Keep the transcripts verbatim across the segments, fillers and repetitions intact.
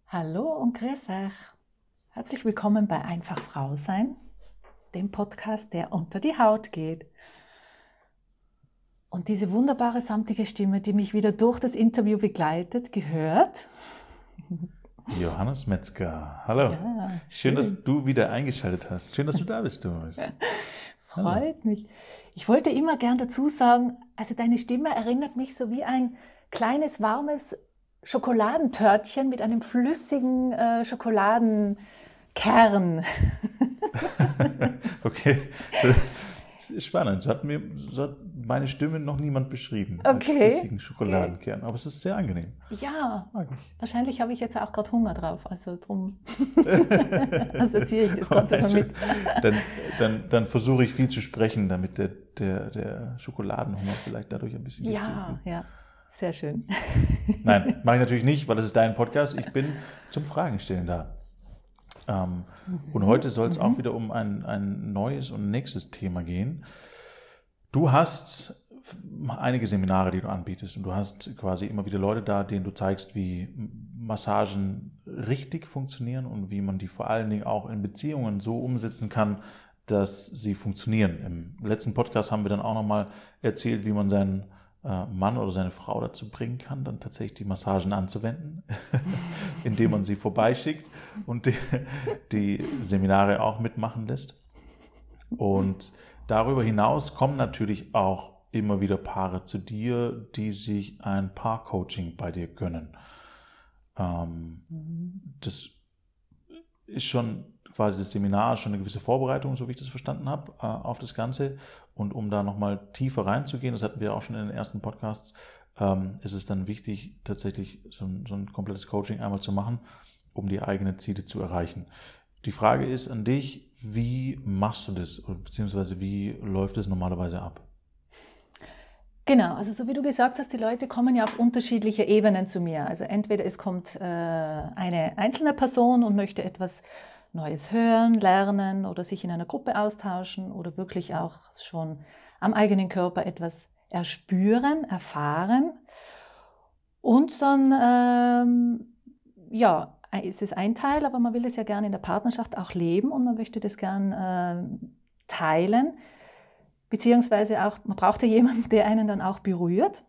Hallo und grüß euch. Herzlich willkommen bei Einfach Frau sein, dem Podcast, der unter die Haut geht. Und diese wunderbare, samtige Stimme, die mich wieder durch das Interview begleitet, gehört Johannes Metzger. Hallo. Ja, schön. schön, dass du wieder eingeschaltet hast. Schön, dass du da bist, Doris. Freut Hallo. mich. Ich wollte immer gern dazu sagen, also deine Stimme erinnert mich so wie ein kleines, warmes Schokoladentörtchen mit einem flüssigen äh, Schokoladenkern. Okay, das ist spannend. So hat, mir, so hat meine Stimme noch niemand beschrieben. Okay. Als flüssigen Schokoladenkern. Okay. Aber es ist sehr angenehm. Ja, mag ich. Wahrscheinlich habe ich jetzt auch gerade Hunger drauf. Also drum assoziiere ich das Ganze mal mit. Dann, dann, dann versuche ich viel zu sprechen, damit der, der, der Schokoladenhunger vielleicht dadurch ein bisschen Ja, ja. Sehr schön. Nein, mache ich natürlich nicht, weil das ist dein Podcast. Ich bin zum Fragen stellen da. Ähm, mhm. Und heute soll es mhm. auch wieder um ein, ein neues und nächstes Thema gehen. Du hast einige Seminare, die du anbietest, und du hast quasi immer wieder Leute da, denen du zeigst, wie Massagen richtig funktionieren und wie man die vor allen Dingen auch in Beziehungen so umsetzen kann, dass sie funktionieren. Im letzten Podcast haben wir dann auch nochmal erzählt, wie man seinen Mann oder seine Frau dazu bringen kann, dann tatsächlich die Massagen anzuwenden, indem man sie vorbeischickt und die, die Seminare auch mitmachen lässt. Und darüber hinaus kommen natürlich auch immer wieder Paare zu dir, die sich ein Paar-Coaching bei dir gönnen. Ähm, das ist schon quasi das Seminar, schon eine gewisse Vorbereitung, so wie ich das verstanden habe, äh, auf das Ganze. Und um da nochmal tiefer reinzugehen, das hatten wir auch schon in den ersten Podcasts, ähm, ist es dann wichtig, tatsächlich so ein, so ein komplettes Coaching einmal zu machen, um die eigenen Ziele zu erreichen. Die Frage ist an dich, wie machst du das, beziehungsweise wie läuft es normalerweise ab? Genau, also so wie du gesagt hast, die Leute kommen ja auf unterschiedliche Ebenen zu mir. Also entweder es kommt äh, eine einzelne Person und möchte etwas Neues hören, lernen oder sich in einer Gruppe austauschen oder wirklich auch schon am eigenen Körper etwas erspüren, erfahren. Und dann, ähm, ja, ist es ein Teil, aber man will es ja gerne in der Partnerschaft auch leben und man möchte das gern äh, teilen. Beziehungsweise auch, man braucht ja jemanden, der einen dann auch berührt.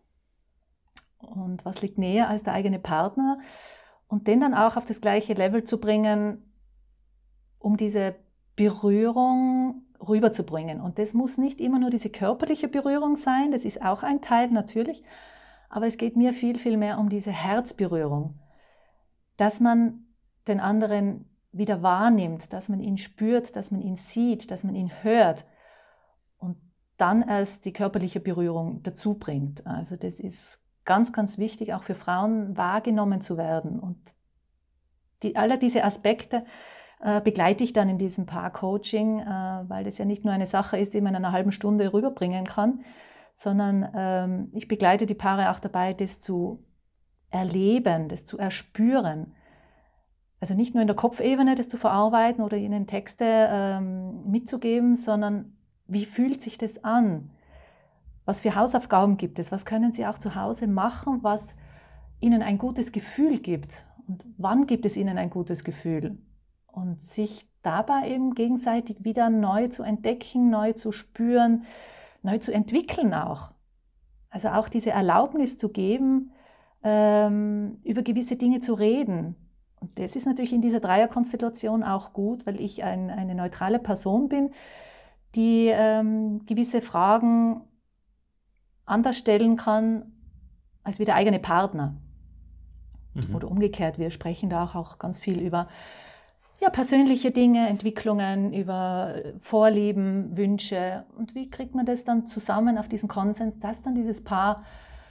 Und was liegt näher als der eigene Partner? Und den dann auch auf das gleiche Level zu bringen, um diese Berührung rüberzubringen. Und das muss nicht immer nur diese körperliche Berührung sein, das ist auch ein Teil natürlich, aber es geht mir viel, viel mehr um diese Herzberührung, dass man den anderen wieder wahrnimmt, dass man ihn spürt, dass man ihn sieht, dass man ihn hört und dann erst die körperliche Berührung dazu bringt. Also das ist ganz, ganz wichtig, auch für Frauen wahrgenommen zu werden. Und die, alle diese Aspekte äh, begleite ich dann in diesem Paar-Coaching, äh, weil das ja nicht nur eine Sache ist, die man in einer halben Stunde rüberbringen kann, sondern ähm, ich begleite die Paare auch dabei, das zu erleben, das zu erspüren. Also nicht nur in der Kopfebene, das zu verarbeiten oder ihnen Texte ähm, mitzugeben, sondern wie fühlt sich das an? Was für Hausaufgaben gibt es? Was können sie auch zu Hause machen, was ihnen ein gutes Gefühl gibt? Und wann gibt es ihnen ein gutes Gefühl? Und sich dabei eben gegenseitig wieder neu zu entdecken, neu zu spüren, neu zu entwickeln auch. Also auch diese Erlaubnis zu geben, ähm, über gewisse Dinge zu reden. Und das ist natürlich in dieser Dreierkonstellation auch gut, weil ich ein, eine neutrale Person bin, die ähm, gewisse Fragen anders stellen kann als wie der eigene Partner. Mhm. Oder umgekehrt, wir sprechen da auch, auch ganz viel über ja, persönliche Dinge, Entwicklungen, über Vorlieben, Wünsche. Und wie kriegt man das dann zusammen auf diesen Konsens, dass dann dieses Paar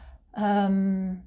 ähm,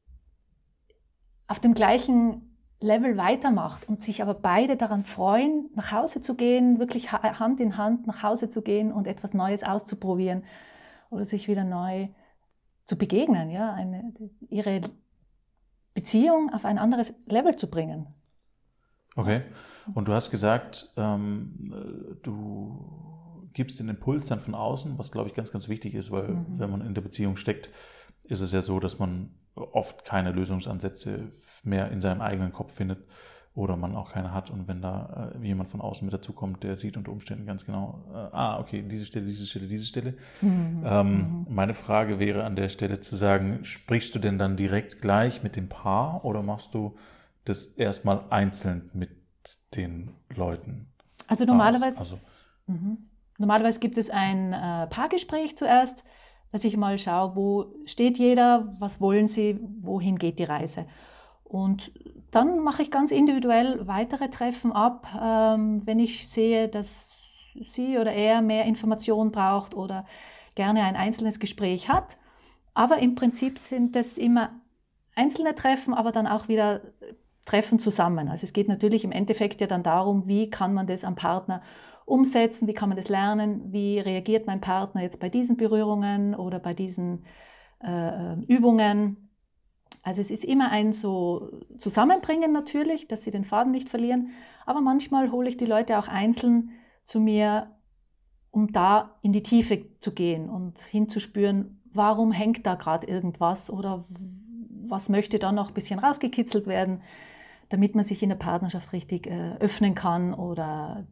auf dem gleichen Level weitermacht und sich aber beide daran freuen, nach Hause zu gehen, wirklich Hand in Hand nach Hause zu gehen und etwas Neues auszuprobieren oder sich wieder neu zu begegnen, ja, eine, ihre Beziehung auf ein anderes Level zu bringen. Okay, und du hast gesagt, ähm, du gibst den Impuls dann von außen, was glaube ich ganz, ganz wichtig ist, weil mhm. wenn man in der Beziehung steckt, ist es ja so, dass man oft keine Lösungsansätze mehr in seinem eigenen Kopf findet oder man auch keine hat. Und wenn da äh, jemand von außen mit dazukommt, der sieht unter Umständen ganz genau, äh, ah, okay, diese Stelle, diese Stelle, diese Stelle. Mhm. Ähm, mhm. Meine Frage wäre an der Stelle zu sagen, sprichst du denn dann direkt gleich mit dem Paar oder machst du das erstmal einzeln mit den Leuten? Also normalerweise, also, mhm. normalerweise gibt es ein äh, Paargespräch zuerst, dass ich mal schaue, wo steht jeder, was wollen sie, wohin geht die Reise. Und dann mache ich ganz individuell weitere Treffen ab, ähm, wenn ich sehe, dass sie oder er mehr Informationen braucht oder gerne ein einzelnes Gespräch hat. Aber im Prinzip sind das immer einzelne Treffen, aber dann auch wieder Treffen zusammen. Also es geht natürlich im Endeffekt ja dann darum, wie kann man das am Partner umsetzen, wie kann man das lernen, wie reagiert mein Partner jetzt bei diesen Berührungen oder bei diesen äh, Übungen. Also es ist immer ein so Zusammenbringen natürlich, dass sie den Faden nicht verlieren, aber manchmal hole ich die Leute auch einzeln zu mir, um da in die Tiefe zu gehen und hinzuspüren, warum hängt da gerade irgendwas oder was möchte da noch ein bisschen rausgekitzelt werden, damit man sich in der Partnerschaft richtig äh, öffnen kann oder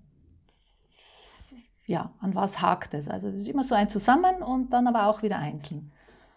ja, an was hakt es. Also es ist immer so ein Zusammen und dann aber auch wieder einzeln.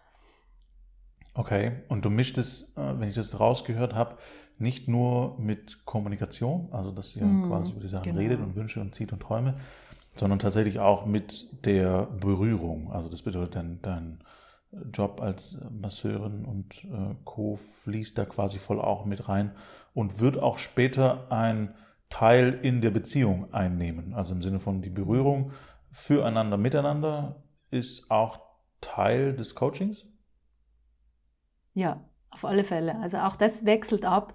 Okay, und du mischst es, wenn ich das rausgehört habe, nicht nur mit Kommunikation, also dass ihr mm, quasi über die Sachen genau. redet und Wünsche und zieht und Träume, sondern tatsächlich auch mit der Berührung. Also das bedeutet, dein, dein Job als Masseurin und äh, Co. fließt da quasi voll auch mit rein und wird auch später ein Teil in der Beziehung einnehmen. Also im Sinne von die Berührung füreinander, miteinander ist auch Teil des Coachings? Ja, auf alle Fälle. Also auch das wechselt ab,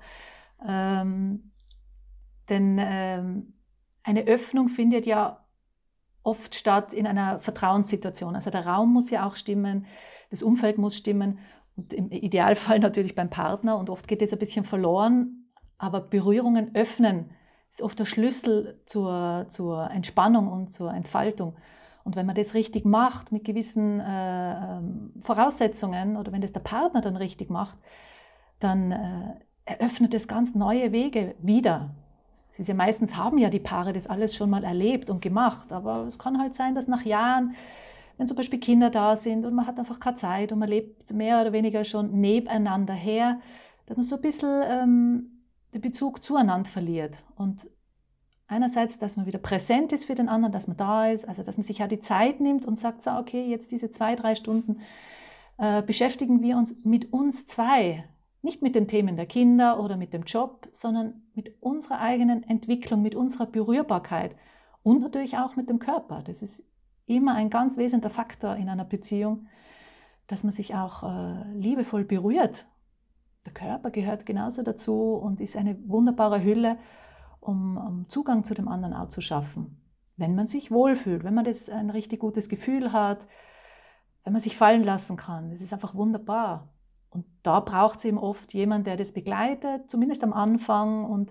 ähm, denn ähm, eine Öffnung findet ja oft statt in einer Vertrauenssituation. Also der Raum muss ja auch stimmen, das Umfeld muss stimmen und im Idealfall natürlich beim Partner und oft geht das ein bisschen verloren, aber Berührungen öffnen ist oft der Schlüssel zur, zur Entspannung und zur Entfaltung. Und wenn man das richtig macht, mit gewissen äh, Voraussetzungen oder wenn das der Partner dann richtig macht, dann äh, eröffnet es ganz neue Wege wieder. Es ist ja meistens, haben ja die Paare das alles schon mal erlebt und gemacht, aber es kann halt sein, dass nach Jahren, wenn zum Beispiel Kinder da sind und man hat einfach keine Zeit und man lebt mehr oder weniger schon nebeneinander her, dass man so ein bisschen ähm, den Bezug zueinander verliert. Und einerseits, dass man wieder präsent ist für den anderen, dass man da ist, also dass man sich ja die Zeit nimmt und sagt, so okay, jetzt diese zwei, drei Stunden äh, beschäftigen wir uns mit uns zwei, nicht mit den Themen der Kinder oder mit dem Job, sondern mit unserer eigenen Entwicklung, mit unserer Berührbarkeit und natürlich auch mit dem Körper. Das ist immer ein ganz wesentlicher Faktor in einer Beziehung, dass man sich auch äh, liebevoll berührt. Der Körper gehört genauso dazu und ist eine wunderbare Hülle, Um, um Zugang zu dem anderen auch zu schaffen. Wenn man sich wohlfühlt, wenn man das ein richtig gutes Gefühl hat, wenn man sich fallen lassen kann, das ist einfach wunderbar. Und da braucht es eben oft jemanden, der das begleitet, zumindest am Anfang. Und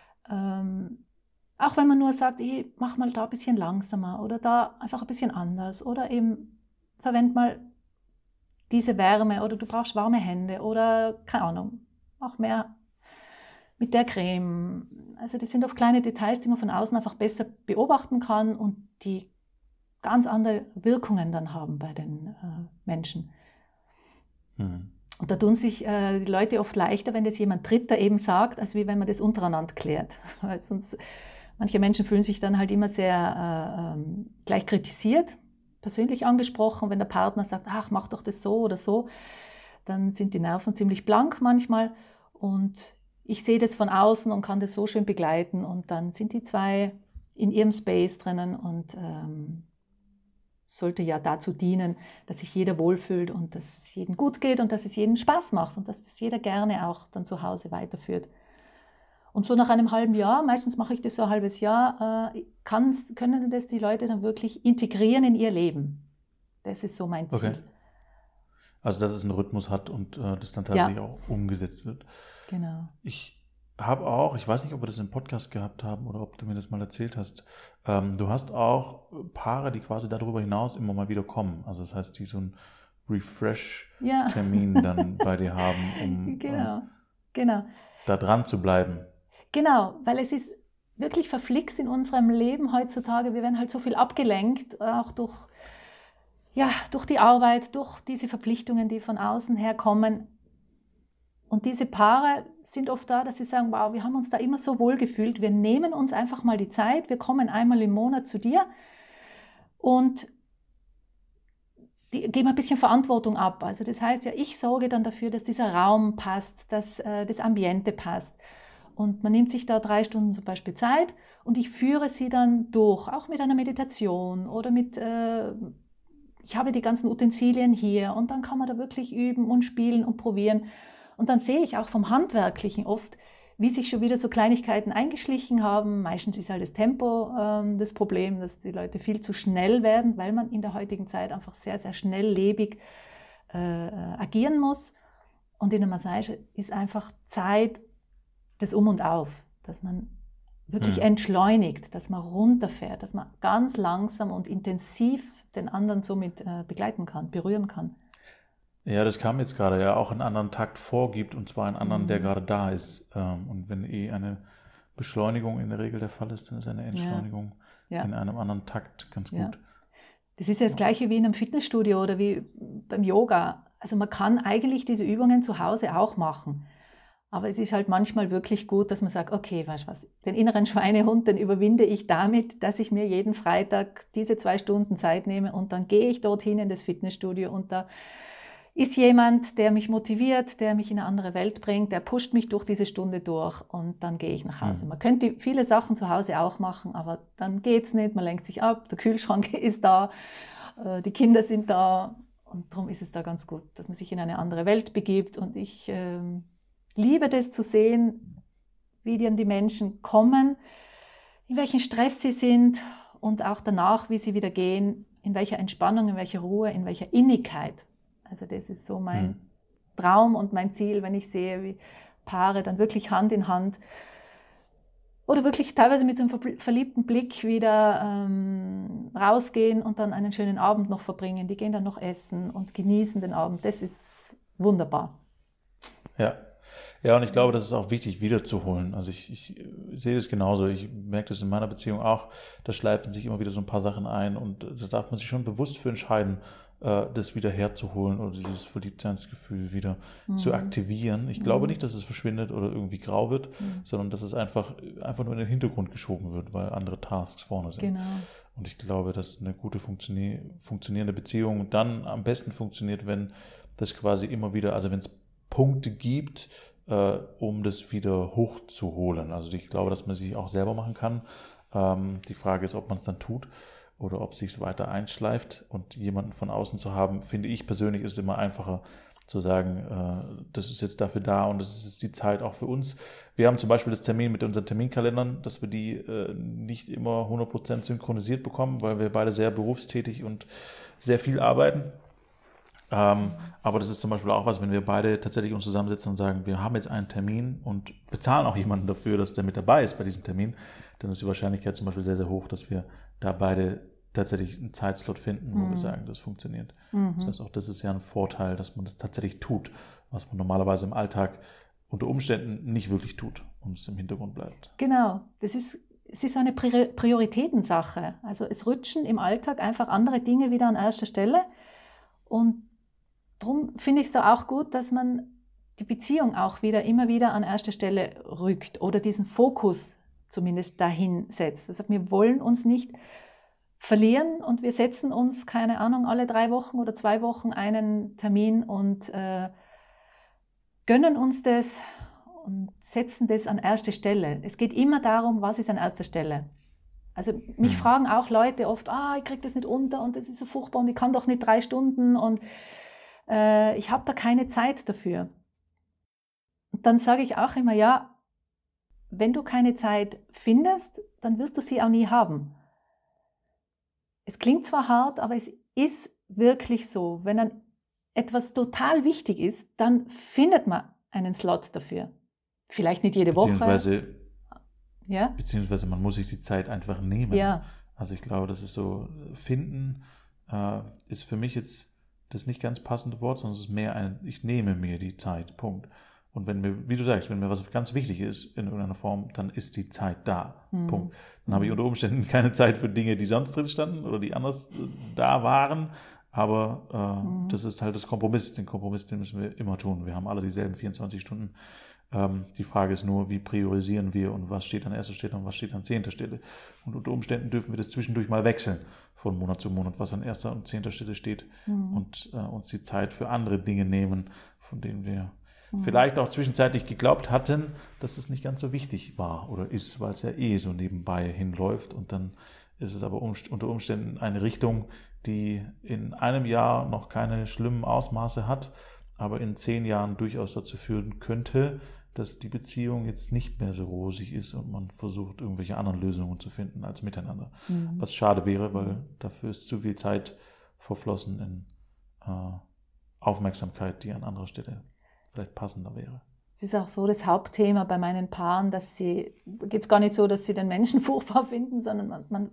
ähm, auch wenn man nur sagt, hey, mach mal da ein bisschen langsamer oder da einfach ein bisschen anders oder eben verwend mal diese Wärme oder du brauchst warme Hände oder keine Ahnung, auch mehr mit der Creme. Also das sind oft kleine Details, die man von außen einfach besser beobachten kann und die ganz andere Wirkungen dann haben bei den äh, Menschen. Mhm. Und da tun sich äh, die Leute oft leichter, wenn das jemand Dritter eben sagt, als wie wenn man das untereinander klärt. Weil sonst, manche Menschen fühlen sich dann halt immer sehr äh, ähm, gleich kritisiert, persönlich angesprochen, wenn der Partner sagt, ach, mach doch das so oder so, dann sind die Nerven ziemlich blank manchmal und ich sehe das von außen und kann das so schön begleiten und dann sind die zwei in ihrem Space drinnen und ähm, sollte ja dazu dienen, dass sich jeder wohlfühlt und dass es jedem gut geht und dass es jedem Spaß macht und dass das jeder gerne auch dann zu Hause weiterführt. Und so nach einem halben Jahr, meistens mache ich das so ein halbes Jahr, äh, kann, können das die Leute dann wirklich integrieren in ihr Leben. Das ist so mein Ziel. Okay. Also dass es einen Rhythmus hat und äh, das dann tatsächlich ja. auch umgesetzt wird. Genau. Ich habe auch, ich weiß nicht, ob wir das im Podcast gehabt haben oder ob du mir das mal erzählt hast, ähm, du hast auch Paare, die quasi darüber hinaus immer mal wieder kommen. Also das heißt, die so ein Refresh-Termin ja. dann bei dir haben, um genau, genau. da dran zu bleiben. Genau, weil es ist wirklich verflixt in unserem Leben heutzutage. Wir werden halt so viel abgelenkt, auch durch, ja, durch die Arbeit, durch diese Verpflichtungen, die von außen her kommen. Und diese Paare sind oft da, dass sie sagen, wow, wir haben uns da immer so wohl gefühlt. Wir nehmen uns einfach mal die Zeit. Wir kommen einmal im Monat zu dir und die, geben ein bisschen Verantwortung ab. Also das heißt ja, ich sorge dann dafür, dass dieser Raum passt, dass äh, das Ambiente passt. Und man nimmt sich da drei Stunden zum Beispiel Zeit und ich führe sie dann durch, auch mit einer Meditation oder mit, äh, ich habe die ganzen Utensilien hier und dann kann man da wirklich üben und spielen und probieren. Und dann sehe ich auch vom Handwerklichen oft, wie sich schon wieder so Kleinigkeiten eingeschlichen haben. Meistens ist halt das Tempo ähm, das Problem, dass die Leute viel zu schnell werden, weil man in der heutigen Zeit einfach sehr, sehr schnelllebig äh, agieren muss. Und in der Massage ist einfach Zeit das Um und Auf, dass man wirklich mhm. entschleunigt, dass man runterfährt, dass man ganz langsam und intensiv den anderen somit äh, begleiten kann, berühren kann. Ja, das kam jetzt gerade, ja, auch einen anderen Takt vorgibt, und zwar einen anderen, mhm. der gerade da ist. Und wenn eh eine Beschleunigung in der Regel der Fall ist, dann ist eine Entschleunigung ja. Ja. in einem anderen Takt ganz gut. Ja. Das ist ja das Gleiche wie in einem Fitnessstudio oder wie beim Yoga. Also man kann eigentlich diese Übungen zu Hause auch machen. Aber es ist halt manchmal wirklich gut, dass man sagt, okay, weißt du was, den inneren Schweinehund, den überwinde ich damit, dass ich mir jeden Freitag diese zwei Stunden Zeit nehme und dann gehe ich dorthin in das Fitnessstudio und da ist jemand, der mich motiviert, der mich in eine andere Welt bringt, der pusht mich durch diese Stunde durch und dann gehe ich nach Hause. Mhm. Man könnte viele Sachen zu Hause auch machen, aber dann geht es nicht, man lenkt sich ab, der Kühlschrank ist da, die Kinder sind da und darum ist es da ganz gut, dass man sich in eine andere Welt begibt und ich ähm, liebe das zu sehen, wie dann die Menschen kommen, in welchem Stress sie sind und auch danach, wie sie wieder gehen, in welcher Entspannung, in welcher Ruhe, in welcher Innigkeit. Also das ist so mein hm. Traum und mein Ziel, wenn ich sehe, wie Paare dann wirklich Hand in Hand oder wirklich teilweise mit so einem verliebten Blick wieder ähm, rausgehen und dann einen schönen Abend noch verbringen. Die gehen dann noch essen und genießen den Abend. Das ist wunderbar. Ja. Ja, und ich glaube, das ist auch wichtig, wiederzuholen. Also ich, ich sehe das genauso. Ich merke das in meiner Beziehung auch. Da schleifen sich immer wieder so ein paar Sachen ein und da darf man sich schon bewusst für entscheiden, das wieder herzuholen oder dieses Verliebtseinsgefühl wieder mhm. zu aktivieren. Ich mhm. glaube nicht, dass es verschwindet oder irgendwie grau wird, mhm. sondern dass es einfach, einfach nur in den Hintergrund geschoben wird, weil andere Tasks vorne sind. Genau. Und ich glaube, dass eine gute funktionier- funktionierende Beziehung dann am besten funktioniert, wenn das quasi immer wieder, also wenn es Punkte gibt, äh, um das wieder hochzuholen. Also ich glaube, dass man sich auch selber machen kann. Ähm, die Frage ist, ob man es dann tut oder ob es sich weiter einschleift, und jemanden von außen zu haben, finde ich persönlich, ist immer einfacher zu sagen, äh, das ist jetzt dafür da und das ist jetzt die Zeit auch für uns. Wir haben zum Beispiel das Termin mit unseren Terminkalendern, dass wir die äh, nicht immer hundert Prozent synchronisiert bekommen, weil wir beide sehr berufstätig und sehr viel arbeiten. Ähm, aber das ist zum Beispiel auch was, wenn wir beide tatsächlich uns zusammensetzen und sagen, wir haben jetzt einen Termin und bezahlen auch jemanden dafür, dass der mit dabei ist bei diesem Termin, dann ist die Wahrscheinlichkeit zum Beispiel sehr, sehr hoch, dass wir da beide tatsächlich einen Zeitslot finden, wo mhm. wir sagen, das funktioniert. Mhm. Das heißt, auch das ist ja ein Vorteil, dass man das tatsächlich tut, was man normalerweise im Alltag unter Umständen nicht wirklich tut und es im Hintergrund bleibt. Genau, das ist, es ist eine Prioritätensache. Also es rutschen im Alltag einfach andere Dinge wieder an erster Stelle und darum finde ich es da auch gut, dass man die Beziehung auch wieder immer wieder an erste Stelle rückt oder diesen Fokus zumindest dahin setzt. Also wir wollen uns nicht verlieren und wir setzen uns, keine Ahnung, alle drei Wochen oder zwei Wochen einen Termin und äh, gönnen uns das und setzen das an erste Stelle. Es geht immer darum, was ist an erster Stelle. Also mich mhm. fragen auch Leute oft, ah, ich kriege das nicht unter und das ist so furchtbar und ich kann doch nicht drei Stunden und äh, ich habe da keine Zeit dafür. Und dann sage ich auch immer, ja, wenn du keine Zeit findest, dann wirst du sie auch nie haben. Es klingt zwar hart, aber es ist wirklich so. Wenn dann etwas total wichtig ist, dann findet man einen Slot dafür. Vielleicht nicht jede beziehungsweise, Woche. Ja? Beziehungsweise man muss sich die Zeit einfach nehmen. Ja. Also ich glaube, das ist so, finden äh, ist für mich jetzt das nicht ganz passende Wort, sondern es ist mehr ein, ich nehme mir die Zeit, Punkt. Und wenn mir, wie du sagst, wenn mir was ganz wichtig ist in irgendeiner Form, dann ist die Zeit da, mhm. Punkt. Dann habe ich unter Umständen keine Zeit für Dinge, die sonst drin standen oder die anders da waren, aber äh, mhm. das ist halt das Kompromiss, den Kompromiss, den müssen wir immer tun. Wir haben alle dieselben vierundzwanzig Stunden. Ähm, die Frage ist nur, wie priorisieren wir und was steht an erster Stelle und was steht an zehnter Stelle. Und unter Umständen dürfen wir das zwischendurch mal wechseln, von Monat zu Monat, was an erster und zehnter Stelle steht mhm. und äh, uns die Zeit für andere Dinge nehmen, von denen wir mhm. vielleicht auch zwischenzeitlich geglaubt hatten, dass es nicht ganz so wichtig war oder ist, weil es ja eh so nebenbei hinläuft und dann ist es aber um, unter Umständen eine Richtung, die in einem Jahr noch keine schlimmen Ausmaße hat, aber in zehn Jahren durchaus dazu führen könnte, dass die Beziehung jetzt nicht mehr so rosig ist und man versucht, irgendwelche anderen Lösungen zu finden als miteinander. Mhm. Was schade wäre, weil dafür ist zu viel Zeit verflossen in äh, Aufmerksamkeit, die an anderer Stelle vielleicht passender wäre. Es ist auch so das Hauptthema bei meinen Paaren, dass sie, da geht es gar nicht so, dass sie den Menschen furchtbar finden, sondern man, man,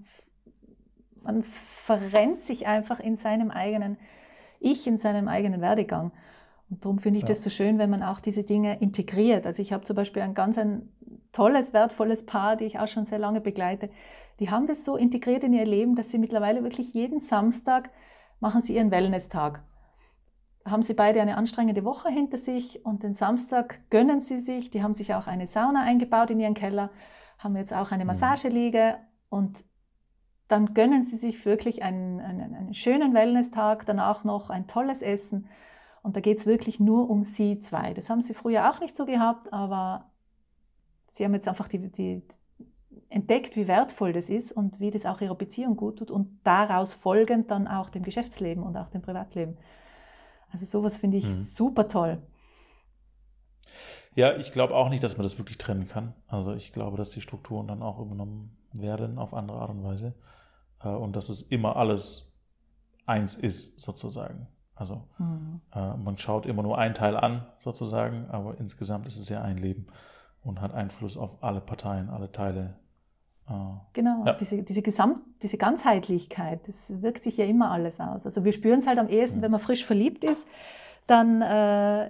man verrennt sich einfach in seinem eigenen Ich, in seinem eigenen Werdegang. Und darum finde ich ja. das so schön, wenn man auch diese Dinge integriert. Also ich habe zum Beispiel ein ganz ein tolles, wertvolles Paar, die ich auch schon sehr lange begleite. Die haben das so integriert in ihr Leben, dass sie mittlerweile wirklich jeden Samstag machen sie ihren Wellness-Tag. Haben sie beide eine anstrengende Woche hinter sich und den Samstag gönnen sie sich. Die haben sich auch eine Sauna eingebaut in ihren Keller, haben jetzt auch eine Massageliege und dann gönnen sie sich wirklich einen, einen, einen schönen Wellness-Tag, danach noch ein tolles Essen. Und da geht es wirklich nur um sie zwei. Das haben sie früher auch nicht so gehabt, aber sie haben jetzt einfach die, die entdeckt, wie wertvoll das ist und wie das auch ihrer Beziehung gut tut und daraus folgend dann auch dem Geschäftsleben und auch dem Privatleben. Also sowas finde ich mhm. super toll. Ja, ich glaube auch nicht, dass man das wirklich trennen kann. Also ich glaube, dass die Strukturen dann auch übernommen werden auf andere Art und Weise und dass es immer alles eins ist, sozusagen. Also mhm. äh, man schaut immer nur einen Teil an, sozusagen, aber insgesamt ist es ja ein Leben und hat Einfluss auf alle Parteien, alle Teile. Äh, genau, ja. diese, diese, Gesamt, diese Ganzheitlichkeit, das wirkt sich ja immer alles aus. Also wir spüren es halt am ehesten, mhm. wenn man frisch verliebt ist, dann äh,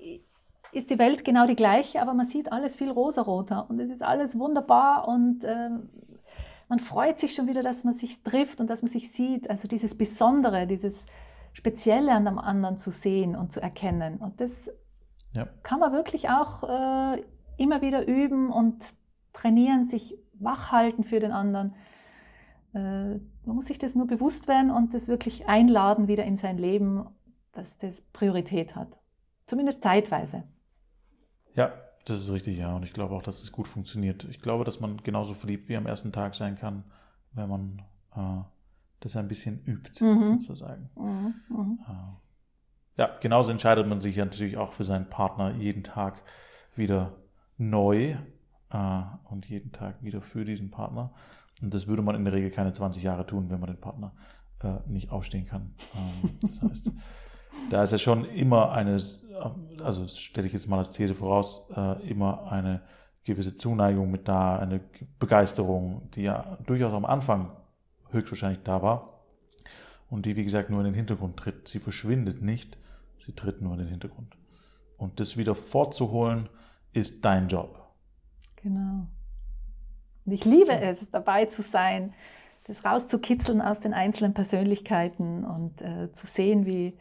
ist die Welt genau die gleiche, aber man sieht alles viel rosaroter und es ist alles wunderbar und äh, man freut sich schon wieder, dass man sich trifft und dass man sich sieht. Also dieses Besondere, dieses Spezielle an dem anderen zu sehen und zu erkennen. Und das ja. kann man wirklich auch äh, immer wieder üben und trainieren, sich wach halten für den anderen. Äh, man muss sich das nur bewusst werden und das wirklich einladen wieder in sein Leben, dass das Priorität hat. Zumindest zeitweise. Ja, das ist richtig, ja. Und ich glaube auch, dass es gut funktioniert. Ich glaube, dass man genauso verliebt wie am ersten Tag sein kann, wenn man äh, das ein bisschen übt, mhm. sozusagen. Mhm. Mhm. Ja, genauso entscheidet man sich ja natürlich auch für seinen Partner jeden Tag wieder neu äh, und jeden Tag wieder für diesen Partner. Und das würde man in der Regel keine zwanzig Jahre tun, wenn man den Partner äh, nicht ausstehen kann. Ähm, das heißt, da ist ja schon immer eine, also das stelle ich jetzt mal als These voraus, äh, immer eine gewisse Zuneigung mit da, eine Begeisterung, die ja durchaus am Anfang höchstwahrscheinlich da war und die, wie gesagt, nur in den Hintergrund tritt. Sie verschwindet nicht, sie tritt nur in den Hintergrund. Und das wieder fortzuholen, ist dein Job. Genau. Und ich liebe es, dabei zu sein, das rauszukitzeln aus den einzelnen Persönlichkeiten und äh, zu sehen, wie,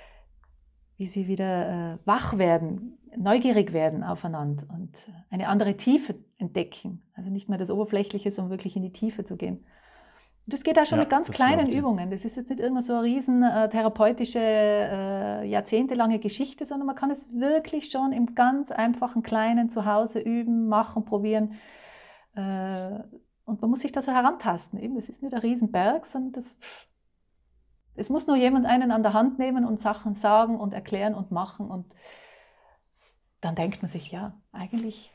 wie sie wieder äh, wach werden, neugierig werden aufeinander und eine andere Tiefe entdecken. Also nicht mehr das Oberflächliche, sondern wirklich in die Tiefe zu gehen. Das geht auch schon ja, mit ganz kleinen Übungen. Das ist jetzt nicht irgendeine so eine riesen äh, therapeutische, äh, jahrzehntelange Geschichte, sondern man kann es wirklich schon im ganz einfachen, kleinen Zuhause üben, machen, probieren. Äh, und man muss sich da so herantasten. Eben, das ist nicht ein Riesenberg, sondern das, es muss nur jemand einen an der Hand nehmen und Sachen sagen und erklären und machen. Und dann denkt man sich, ja, eigentlich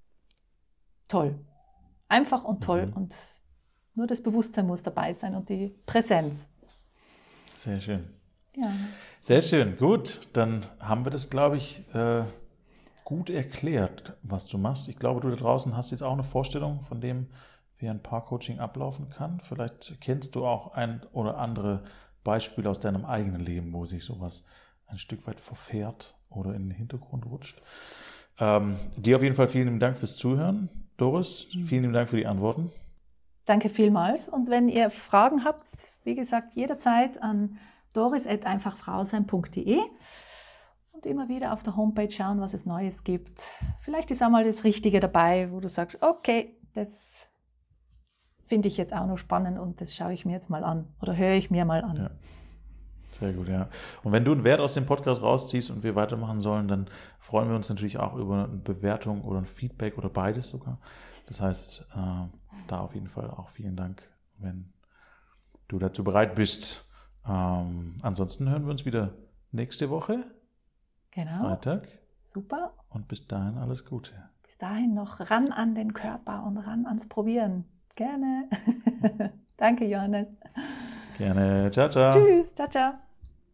toll. Einfach und toll. Mhm. Und nur das Bewusstsein muss dabei sein und die Präsenz. Sehr schön. Ja. Sehr schön. Gut, dann haben wir das, glaube ich, äh, gut erklärt, was du machst. Ich glaube, du da draußen hast jetzt auch eine Vorstellung von dem, wie ein Paarcoaching ablaufen kann. Vielleicht kennst du auch ein oder andere Beispiele aus deinem eigenen Leben, wo sich sowas ein Stück weit verfährt oder in den Hintergrund rutscht. Ähm, dir auf jeden Fall vielen Dank fürs Zuhören, Doris. Vielen Dank für die Antworten. Danke vielmals. Und wenn ihr Fragen habt, wie gesagt, jederzeit an doris at einfachfrausein punkt de und immer wieder auf der Homepage schauen, was es Neues gibt. Vielleicht ist einmal das Richtige dabei, wo du sagst, okay, das finde ich jetzt auch noch spannend und das schaue ich mir jetzt mal an oder höre ich mir mal an. Ja. Sehr gut, ja. Und wenn du einen Wert aus dem Podcast rausziehst und wir weitermachen sollen, dann freuen wir uns natürlich auch über eine Bewertung oder ein Feedback oder beides sogar. Das heißt, äh, da auf jeden Fall auch vielen Dank, wenn du dazu bereit bist. Ähm, ansonsten hören wir uns wieder nächste Woche. Genau. Freitag. Super. Und bis dahin alles Gute. Bis dahin noch ran an den Körper und ran ans Probieren. Gerne. Danke, Johannes. Gerne. Ciao, ciao. Tschüss. Ciao, ciao.